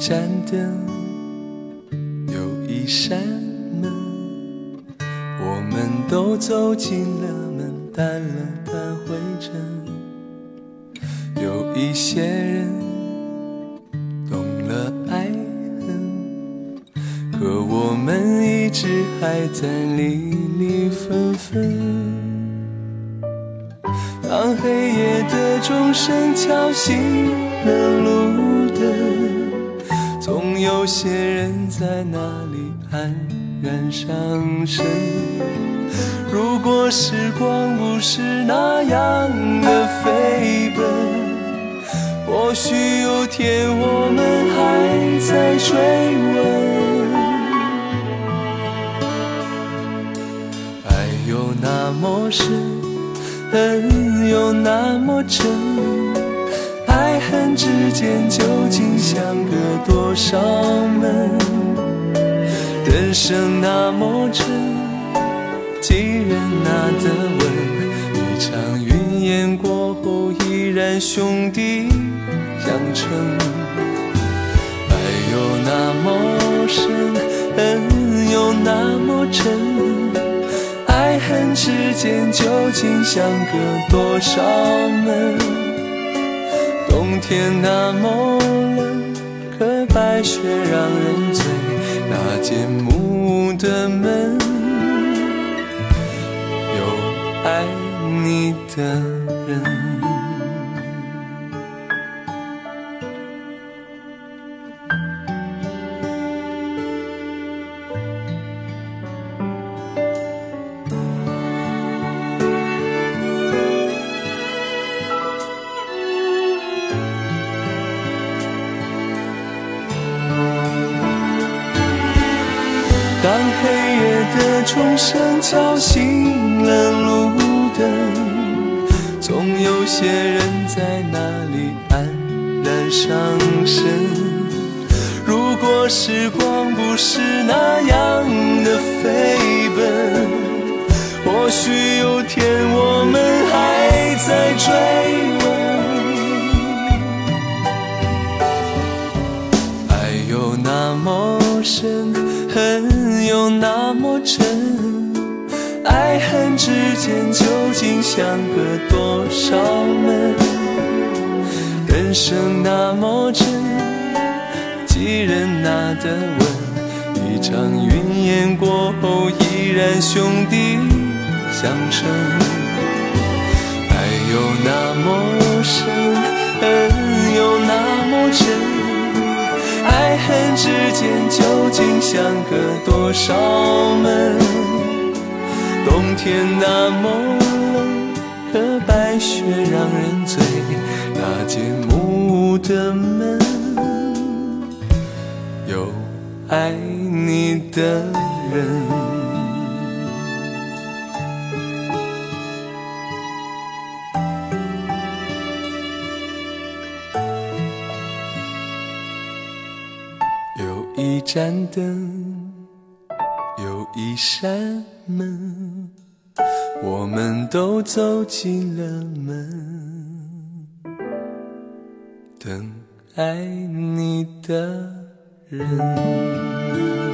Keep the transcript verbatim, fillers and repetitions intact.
盏灯，有一扇门，我们都走进了门，掸了掸灰尘。有一些人懂了爱恨，可我们一直还在离离分分。当黑夜的钟声敲醒了路灯，总有些人在那里黯然伤神。如果时光不是那样的飞奔，或许有天我们还在追问。爱有那么深，恨有那么真，爱恨之间究竟相隔多少门？人生那么真，几人拿得稳？一场云烟过后，依然兄弟相称。爱有那么深，恨有那么真，爱恨之间究竟相隔多少门？冬天那么冷，可白雪让人醉，那间木屋的门，有爱你的人。当黑夜的钟声敲醒了路灯，总有些人在那里黯然伤神。如果时光不是那样的飞奔，或许有天我们还在追问。爱有那么深，恨有那么真，爱恨之间究竟相隔多少门？人生那么真，几人拿得稳？一场云烟过后，依然兄弟相称。爱有那么深，恨有那么真，爱恨之间究竟相隔多少门？冬天那么冷，可白雪让人醉，那间木屋的门，有爱你的人。有一盏灯，有一扇门，我们都走进了门，等爱你的人。